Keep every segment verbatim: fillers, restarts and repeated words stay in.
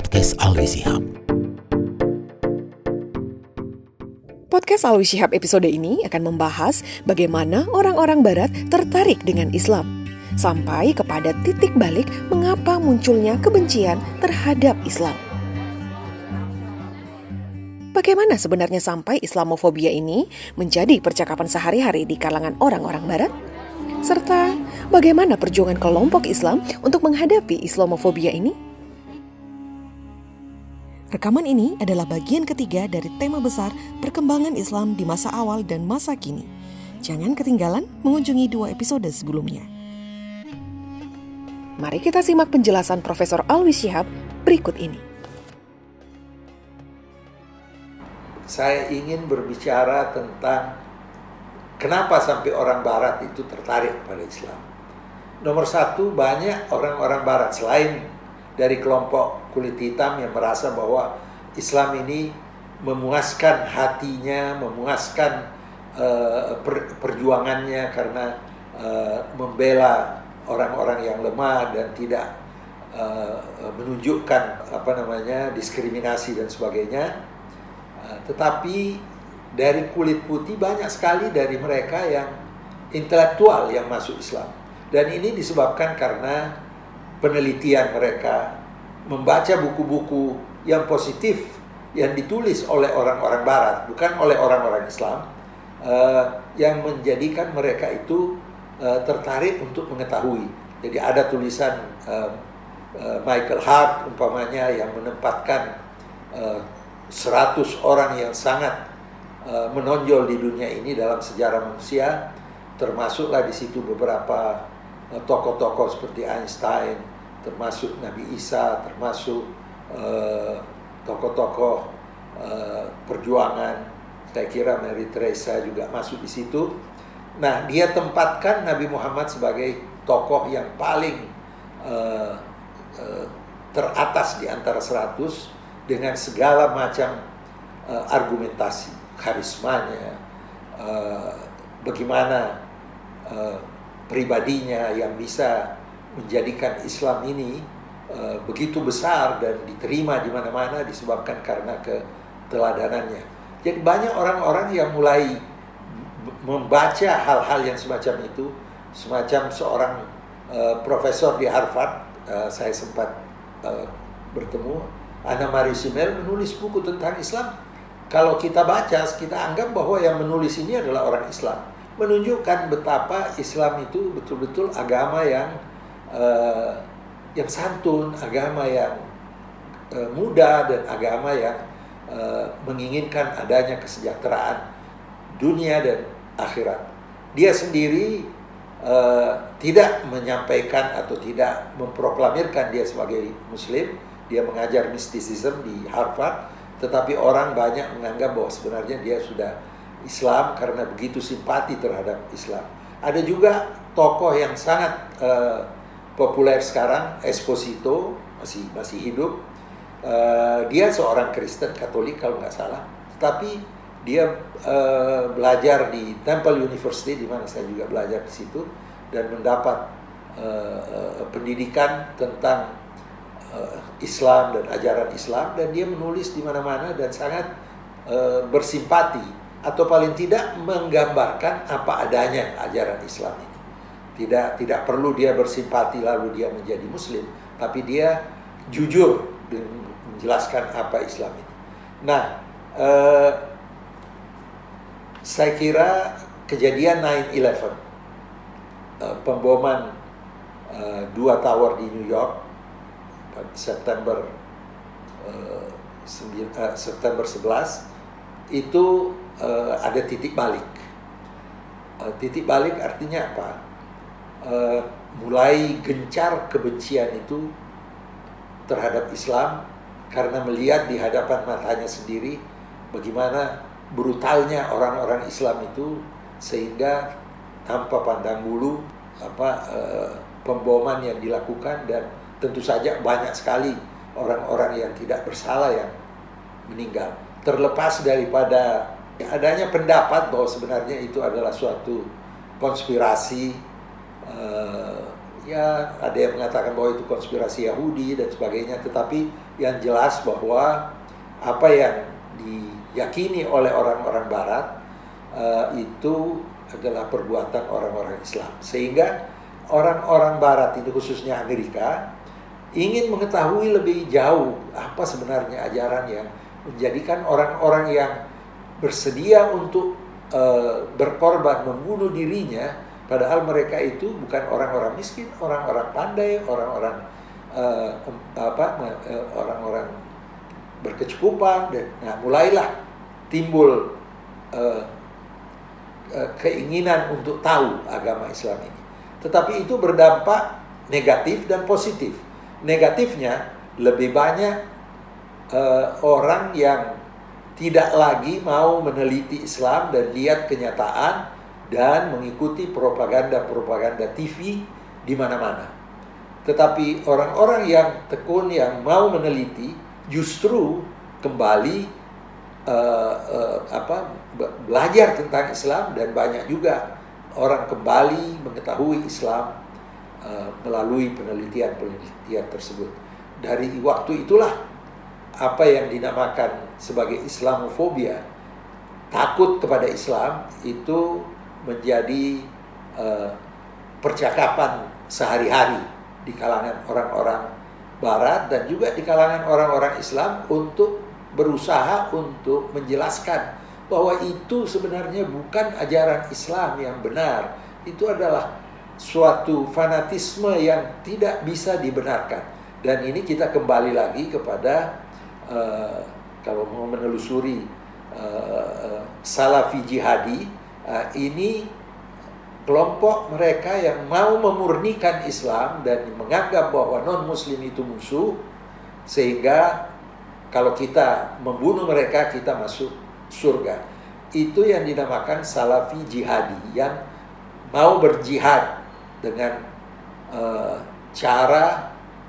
podcast Alwi Shihab. Podcast Alwi Shihab episode ini akan membahas bagaimana orang-orang Barat tertarik dengan Islam, sampai kepada titik balik mengapa munculnya kebencian terhadap Islam. Bagaimana sebenarnya sampai Islamofobia ini menjadi percakapan sehari-hari di kalangan orang-orang Barat? Serta bagaimana perjuangan kelompok Islam untuk menghadapi Islamofobia ini? Rekaman ini adalah bagian ketiga dari tema besar perkembangan Islam di masa awal dan masa kini. Jangan ketinggalan mengunjungi dua episode sebelumnya. Mari kita simak penjelasan Profesor Alwi Shihab berikut ini. Saya ingin berbicara tentang kenapa sampai orang Barat itu tertarik pada Islam. Nomor satu, banyak orang-orang Barat selain dari kelompok kulit hitam yang merasa bahwa Islam ini memuaskan hatinya, memuaskan uh, per, perjuangannya karena uh, membela orang-orang yang lemah dan tidak uh, menunjukkan apa namanya diskriminasi dan sebagainya. Uh, tetapi dari kulit putih banyak sekali dari mereka yang intelektual yang masuk Islam. Dan ini disebabkan karena penelitian mereka, membaca buku-buku yang positif yang ditulis oleh orang-orang Barat, bukan oleh orang-orang Islam, uh, yang menjadikan mereka itu uh, tertarik untuk mengetahui. Jadi ada tulisan uh, uh, Michael Hart umpamanya yang menempatkan uh, seratus orang yang sangat uh, menonjol di dunia ini dalam sejarah manusia, termasuklah di situ beberapa uh, tokoh-tokoh seperti Einstein, termasuk Nabi Isa, termasuk uh, tokoh-tokoh uh, perjuangan. Saya kira Mary Teresa juga masuk di situ. Nah, dia tempatkan Nabi Muhammad sebagai tokoh yang paling uh, uh, teratas di antara seratus dengan segala macam uh, argumentasi, karismanya, uh, bagaimana uh, pribadinya yang bisa menjadikan Islam ini uh, begitu besar dan diterima di mana-mana disebabkan karena keteladanannya. Jadi banyak orang-orang yang mulai membaca hal-hal yang semacam itu, semacam seorang uh, profesor di Harvard, uh, saya sempat uh, bertemu, Anna Marie Simmel, menulis buku tentang Islam. Kalau kita baca, kita anggap bahwa yang menulis ini adalah orang Islam, menunjukkan betapa Islam itu betul-betul agama yang Uh, yang santun, agama yang uh, mudah, dan agama yang uh, menginginkan adanya kesejahteraan dunia dan akhirat. Dia sendiri uh, tidak menyampaikan atau tidak memproklamirkan dia sebagai Muslim. Dia mengajar mysticism di Harvard, tetapi orang banyak menganggap bahwa sebenarnya dia sudah Islam karena begitu simpati terhadap Islam. Ada juga tokoh yang sangat uh, populer sekarang, Esposito, masih masih hidup. Uh, dia seorang Kristen Katolik kalau nggak salah, tapi dia uh, belajar di Temple University, di mana saya juga belajar di situ, dan mendapat uh, uh, pendidikan tentang uh, Islam dan ajaran Islam, dan dia menulis di mana-mana dan sangat uh, bersimpati atau paling tidak menggambarkan apa adanya ajaran Islam ini. Tidak tidak perlu dia bersimpati lalu dia menjadi Muslim, tapi dia jujur menjelaskan apa Islam ini. Nah, eh, saya kira kejadian nine eleven, eh, pemboman eh, dua tower di New York September eh, sembilan, eh, September sebelas itu eh, ada titik balik. Eh, titik balik artinya apa? Uh, mulai gencar kebencian itu terhadap Islam karena melihat di hadapan matanya sendiri bagaimana brutalnya orang-orang Islam itu, sehingga tanpa pandang bulu apa uh, pemboman yang dilakukan, dan tentu saja banyak sekali orang-orang yang tidak bersalah yang meninggal. Terlepas daripada adanya pendapat bahwa sebenarnya itu adalah suatu konspirasi Uh, ya ada yang mengatakan bahwa itu konspirasi Yahudi dan sebagainya, tetapi yang jelas bahwa apa yang diyakini oleh orang-orang Barat uh, itu adalah perbuatan orang-orang Islam, sehingga orang-orang Barat itu khususnya Amerika ingin mengetahui lebih jauh apa sebenarnya ajaran yang menjadikan orang-orang yang bersedia untuk uh, berkorban membunuh dirinya, padahal mereka itu bukan orang-orang miskin, orang-orang pandai, orang-orang uh, apa uh, orang-orang berkecukupan. Nah, mulailah timbul uh, uh, keinginan untuk tahu agama Islam ini. Tetapi itu berdampak negatif dan positif. Negatifnya lebih banyak uh, orang yang tidak lagi mau meneliti Islam dan lihat kenyataan dan mengikuti propaganda-propaganda T V di mana-mana. Tetapi orang-orang yang tekun, yang mau meneliti, justru kembali uh, uh, apa belajar tentang Islam, dan banyak juga orang kembali mengetahui Islam uh, melalui penelitian-penelitian tersebut. Dari waktu itulah apa yang dinamakan sebagai Islamofobia, takut kepada Islam, itu menjadi uh, percakapan sehari-hari di kalangan orang-orang Barat dan juga di kalangan orang-orang Islam untuk berusaha untuk menjelaskan bahwa itu sebenarnya bukan ajaran Islam yang benar. Itu adalah suatu fanatisme yang tidak bisa dibenarkan. Dan ini kita kembali lagi kepada uh, kalau mau menelusuri uh, uh, Salafi Jihadi, uh, ini kelompok mereka yang mau memurnikan Islam dan menganggap bahwa non-muslim itu musuh, sehingga kalau kita membunuh mereka kita masuk surga. Itu yang dinamakan Salafi Jihadi, yang mau berjihad dengan uh, cara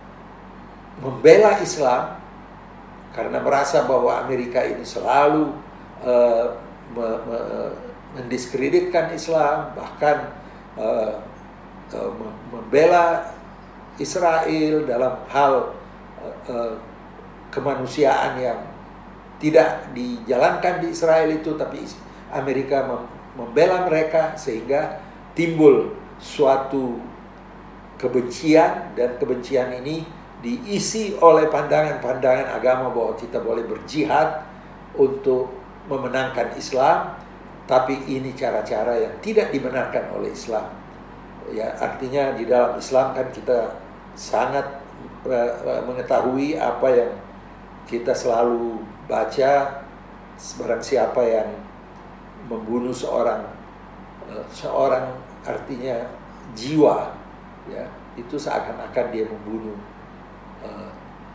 membela Islam karena merasa bahwa Amerika ini selalu uh, me, me, mendiskreditkan Islam, bahkan uh, uh, membela Israel dalam hal uh, uh, kemanusiaan yang tidak dijalankan di Israel itu, tapi Amerika mem membela mereka, sehingga timbul suatu kebencian, dan kebencian ini diisi oleh pandangan-pandangan agama bahwa kita boleh berjihad untuk memenangkan Islam. Tapi ini cara-cara yang tidak dibenarkan oleh Islam. Ya, artinya di dalam Islam kan kita sangat uh, mengetahui apa yang kita selalu baca, barang siapa yang membunuh seorang uh, seorang artinya jiwa, ya, itu seakan-akan dia membunuh uh,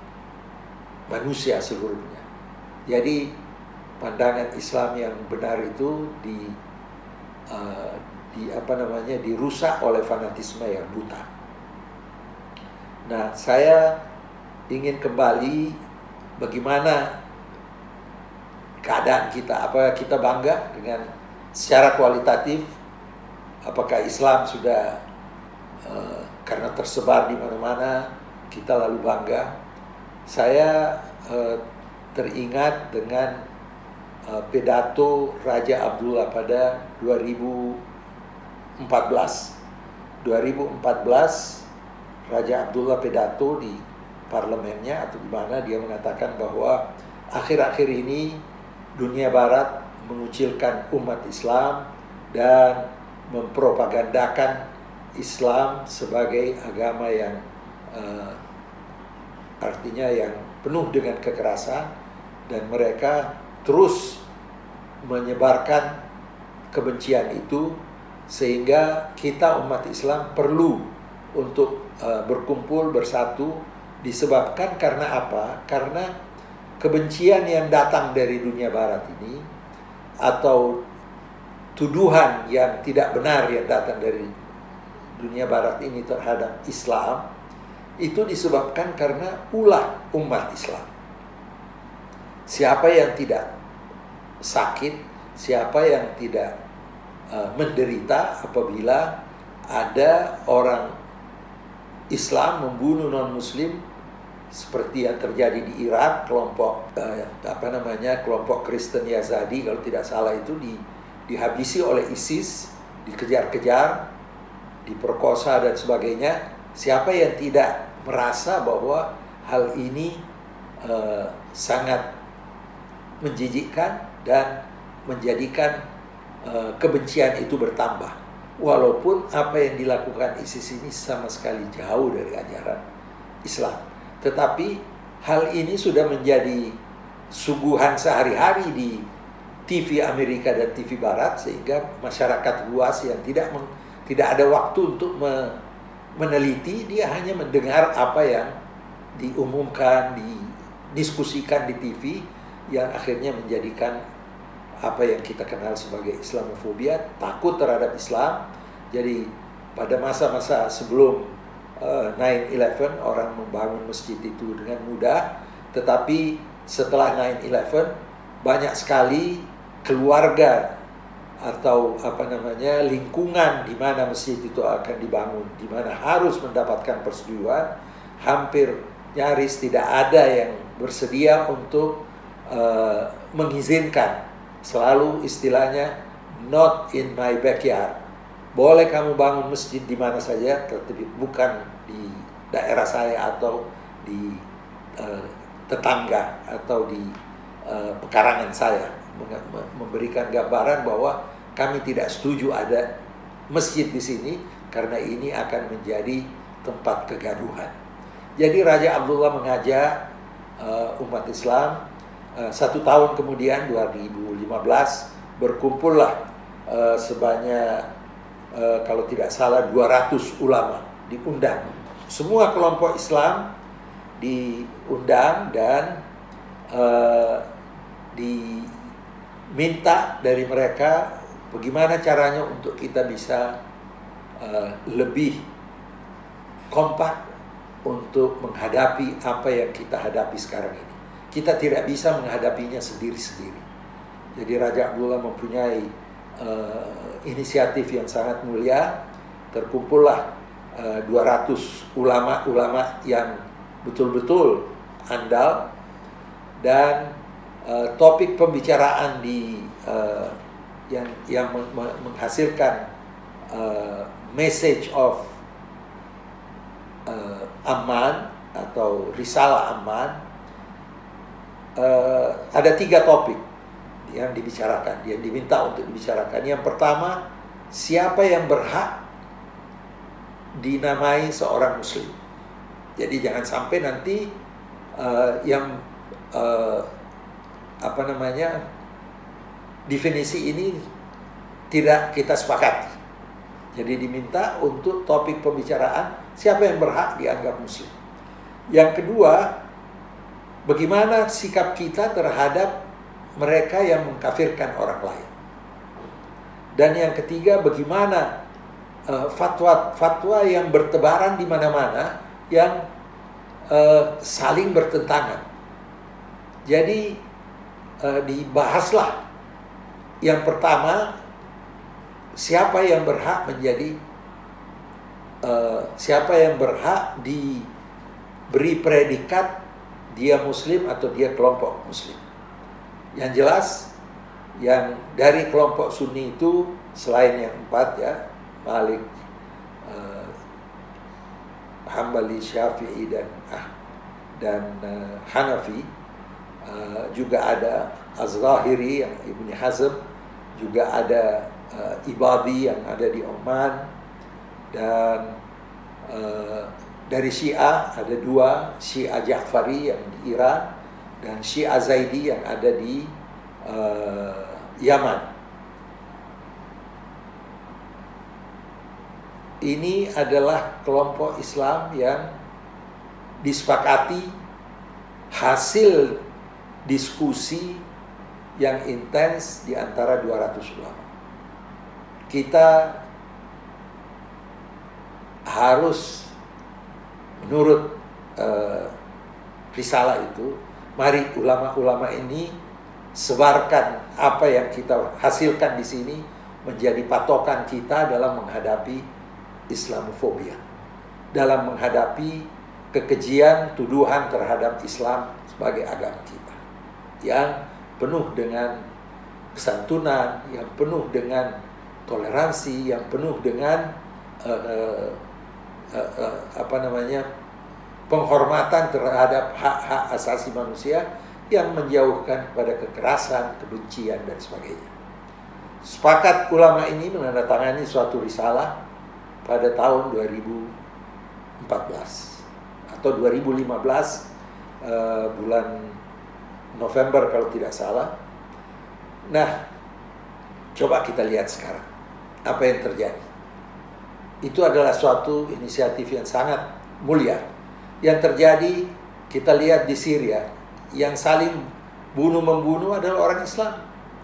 manusia seluruhnya. Jadi pandangan Islam yang benar itu di uh, di apa namanya dirusak oleh fanatisme yang buta. Nah, saya ingin kembali bagaimana keadaan kita, apa kita bangga dengan secara kualitatif, apakah Islam sudah uh, karena tersebar di mana-mana kita lalu bangga. Saya uh, teringat dengan pidato Raja Abdullah pada dua ribu empat belas. dua ribu empat belas Raja Abdullah pidato di parlemennya atau di mana dia mengatakan bahwa akhir-akhir ini dunia barat mengucilkan umat Islam dan mempropagandakan Islam sebagai agama yang uh, artinya yang penuh dengan kekerasan, dan mereka terus menyebarkan kebencian itu, sehingga kita umat Islam perlu untuk uh, berkumpul bersatu. Disebabkan karena apa? Karena kebencian yang datang dari dunia barat ini, atau tuduhan yang tidak benar yang datang dari dunia barat ini terhadap Islam, itu disebabkan karena ulah umat Islam. Siapa yang tidak sakit, siapa yang tidak uh, menderita apabila ada orang Islam membunuh non-Muslim seperti yang terjadi di Irak, kelompok eh, apa namanya kelompok Kristen Yazidi kalau tidak salah itu di, dihabisi oleh ISIS, dikejar-kejar, diperkosa dan sebagainya. Siapa yang tidak merasa bahwa hal ini eh, sangat menjijikkan dan menjadikan eh, kebencian itu bertambah, walaupun apa yang dilakukan ISIS ini sama sekali jauh dari ajaran Islam. Tetapi hal ini sudah menjadi suguhan sehari-hari di T V Amerika dan T V Barat, sehingga masyarakat luas yang tidak men, tidak ada waktu untuk me, meneliti, dia hanya mendengar apa yang diumumkan, didiskusikan di T V, yang akhirnya menjadikan apa yang kita kenal sebagai Islamofobia, takut terhadap Islam. Jadi pada masa-masa sebelum Uh, nine eleven orang membangun masjid itu dengan mudah, tetapi setelah nine eleven banyak sekali keluarga atau apa namanya lingkungan di mana masjid itu akan dibangun, di mana harus mendapatkan persetujuan, hampir nyaris tidak ada yang bersedia untuk uh, mengizinkan. Selalu istilahnya not in my backyard. Boleh kamu bangun masjid di mana saja, tetapi bukan di daerah saya atau di uh, tetangga atau di uh, pekarangan saya. Memberikan gambaran bahwa kami tidak setuju ada masjid di sini karena ini akan menjadi tempat kegaduhan. Jadi Raja Abdullah mengajak uh, umat Islam. Uh, satu tahun kemudian, dua ribu lima belas, berkumpullah uh, sebanyak Uh, kalau tidak salah dua ratus ulama diundang. Semua kelompok Islam diundang dan uh, diminta dari mereka bagaimana caranya untuk kita bisa uh, lebih kompak untuk menghadapi apa yang kita hadapi sekarang ini. Kita tidak bisa menghadapinya sendiri-sendiri. Jadi Raja Abdullah mempunyai Uh, inisiatif yang sangat mulia. Terkumpullah uh, dua ratus ulama-ulama yang betul-betul andal, dan uh, topik pembicaraan di uh, yang yang menghasilkan uh, message of uh, Amman atau risalah Amman, uh, ada tiga topik yang dibicarakan, yang diminta untuk dibicarakan. Yang pertama, siapa yang berhak dinamai seorang Muslim. Jadi jangan sampai nanti uh, yang uh, apa namanya definisi ini tidak kita sepakati. Jadi diminta untuk topik pembicaraan siapa yang berhak dianggap Muslim. Yang kedua, bagaimana sikap kita terhadap mereka yang mengkafirkan orang lain. Dan yang ketiga, bagaimana uh, fatwa-fatwa yang bertebaran di mana-mana yang uh, saling bertentangan. Jadi uh, dibahaslah yang pertama, siapa yang berhak menjadi uh, siapa yang berhak diberi predikat dia Muslim atau dia kelompok Muslim. Yang jelas, yang dari kelompok Sunni itu selain yang empat ya, Malik, uh, Hambali, Syafi'i dan ah, dan uh, Hanafi, uh, juga ada Az-Zahiri yang Ibnu Hazm, juga ada uh, Ibadi yang ada di Oman, dan uh, dari Syiah ada dua, Syiah Ja'fari yang di Iran dan Syiah Zaidi yang ada di uh, Yaman. Ini adalah kelompok Islam yang disepakati hasil diskusi yang intens di antara dua ratus ulama. Kita harus menurut uh, risalah itu, mari ulama-ulama ini sebarkan apa yang kita hasilkan di sini menjadi patokan kita dalam menghadapi Islamofobia. dalam menghadapi kekejian tuduhan terhadap Islam sebagai agama kita, yang penuh dengan kesantunan, yang penuh dengan toleransi, yang penuh dengan uh, uh, uh, uh, apa namanya penghormatan terhadap hak-hak asasi manusia, yang menjauhkan kepada kekerasan, kebencian, dan sebagainya. Sepakat ulama ini menandatangani suatu risalah pada tahun dua ribu empat belas atau dua ribu lima belas, uh, bulan November kalau tidak salah. Nah, coba kita lihat sekarang apa yang terjadi. Itu adalah suatu inisiatif yang sangat mulia. Yang terjadi, kita lihat di Syria, yang saling bunuh-membunuh adalah orang Islam,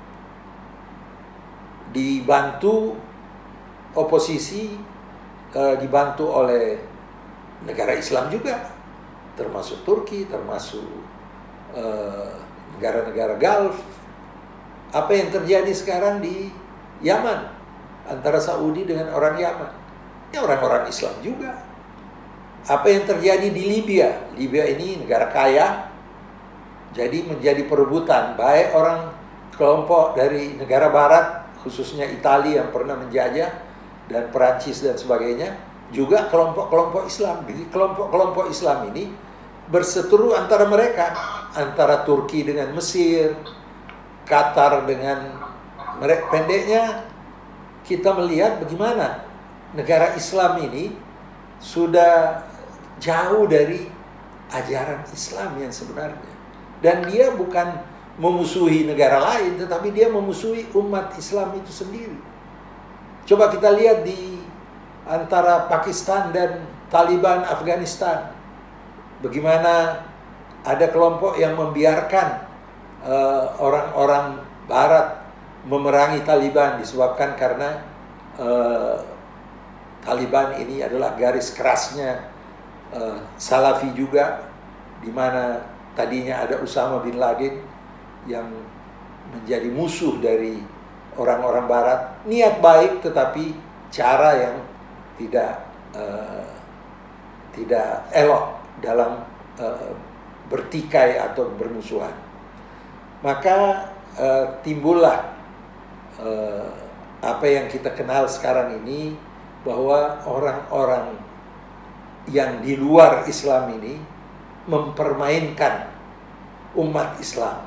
dibantu oposisi, eh, dibantu oleh negara Islam juga, termasuk Turki, termasuk eh, negara-negara Gulf. Apa yang terjadi sekarang di Yaman antara Saudi dengan orang Yaman, ini orang-orang Islam juga. Apa yang terjadi di Libya? Libya ini negara kaya, jadi menjadi perebutan baik orang kelompok dari negara barat, khususnya Italia yang pernah menjajah, dan Perancis dan sebagainya, juga kelompok-kelompok Islam. Jadi kelompok-kelompok Islam ini berseteru antara mereka, antara Turki dengan Mesir, Qatar dengan mereka. Pendeknya, kita melihat bagaimana negara Islam ini sudah jauh dari ajaran Islam yang sebenarnya. Dan dia bukan memusuhi negara lain, tetapi dia memusuhi umat Islam itu sendiri. Coba kita lihat di antara Pakistan dan Taliban Afghanistan, bagaimana ada kelompok yang membiarkan uh, orang-orang Barat memerangi Taliban disebabkan karena uh, Taliban ini adalah garis kerasnya uh, Salafi juga, di mana tadinya ada Usama bin Laden yang menjadi musuh dari orang-orang Barat. Niat baik, tetapi cara yang tidak uh, tidak elok dalam uh, bertikai atau bermusuhan. Maka uh, timbullah uh, apa yang kita kenal sekarang ini, bahwa orang-orang yang di luar Islam ini mempermainkan umat Islam,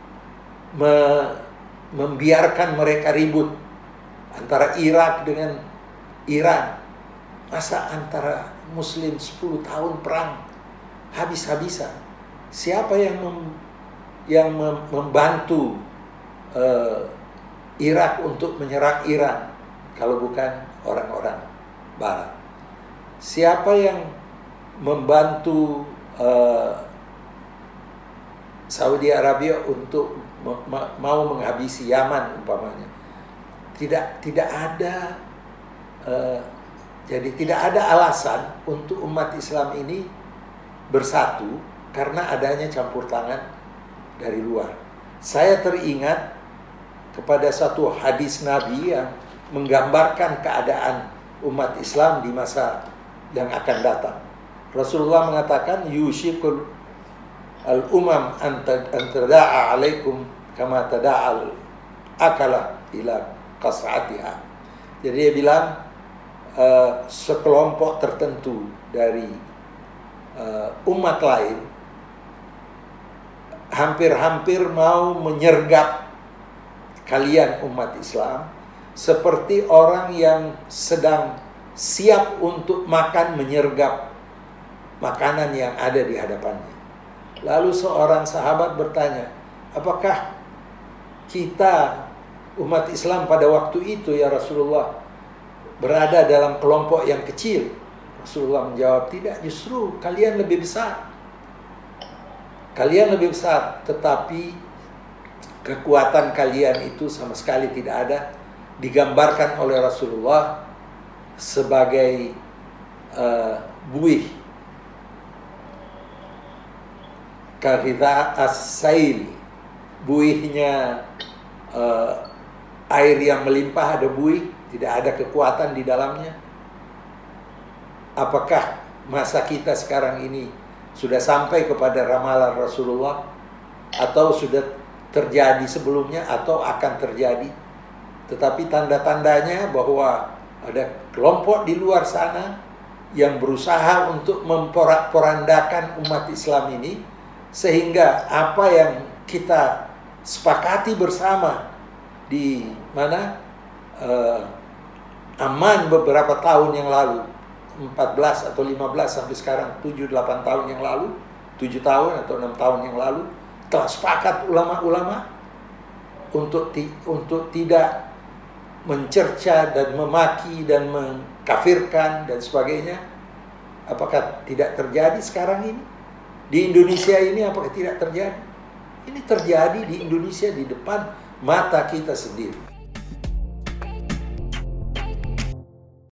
membiarkan mereka ribut antara Irak dengan Iran. Masa antara Muslim sepuluh tahun perang habis-habisan? Siapa yang mem, yang mem, membantu uh, Irak untuk menyerang Iran kalau bukan orang-orang Barat? Siapa yang membantu uh, Saudi Arabia untuk mau menghabisi Yaman umpamanya? Tidak, tidak ada. Uh, jadi tidak ada alasan untuk umat Islam ini bersatu karena adanya campur tangan dari luar. Saya teringat kepada satu hadis Nabi yang menggambarkan keadaan umat Islam di masa yang akan datang. Rasulullah mengatakan, yushikul al-umam antada'a alaikum kama tada'al akala ila qas'atiha. Jadi dia bilang, uh, sekelompok tertentu dari uh, umat lain hampir-hampir mau menyergap kalian umat Islam, seperti orang yang sedang siap untuk makan menyergap makanan yang ada di hadapannya. Lalu seorang sahabat bertanya, apakah kita umat Islam pada waktu itu ya Rasulullah berada dalam kelompok yang kecil? Rasulullah menjawab, tidak, justru kalian lebih besar. Kalian lebih besar, tetapi kekuatan kalian itu sama sekali tidak ada. Digambarkan oleh Rasulullah sebagai uh, buih, karidha as-sail, buihnya uh, air yang melimpah, ada buih, tidak ada kekuatan di dalamnya. Apakah masa kita sekarang ini sudah sampai kepada ramalan Rasulullah, atau sudah terjadi sebelumnya, atau akan terjadi. Tetapi tanda-tandanya bahwa ada kelompok di luar sana yang berusaha untuk memporak-porandakan umat Islam ini, sehingga apa yang kita sepakati bersama di mana uh, Aman beberapa tahun yang lalu, empat belas atau lima belas sampai sekarang tujuh delapan tahun yang lalu, tujuh tahun atau enam tahun yang lalu, telah sepakat ulama-ulama untuk ti untuk tidak mencerca dan memaki dan mengkafirkan dan sebagainya. Apakah tidak terjadi sekarang ini? Di Indonesia ini apakah tidak terjadi? Ini terjadi di Indonesia di depan mata kita sendiri.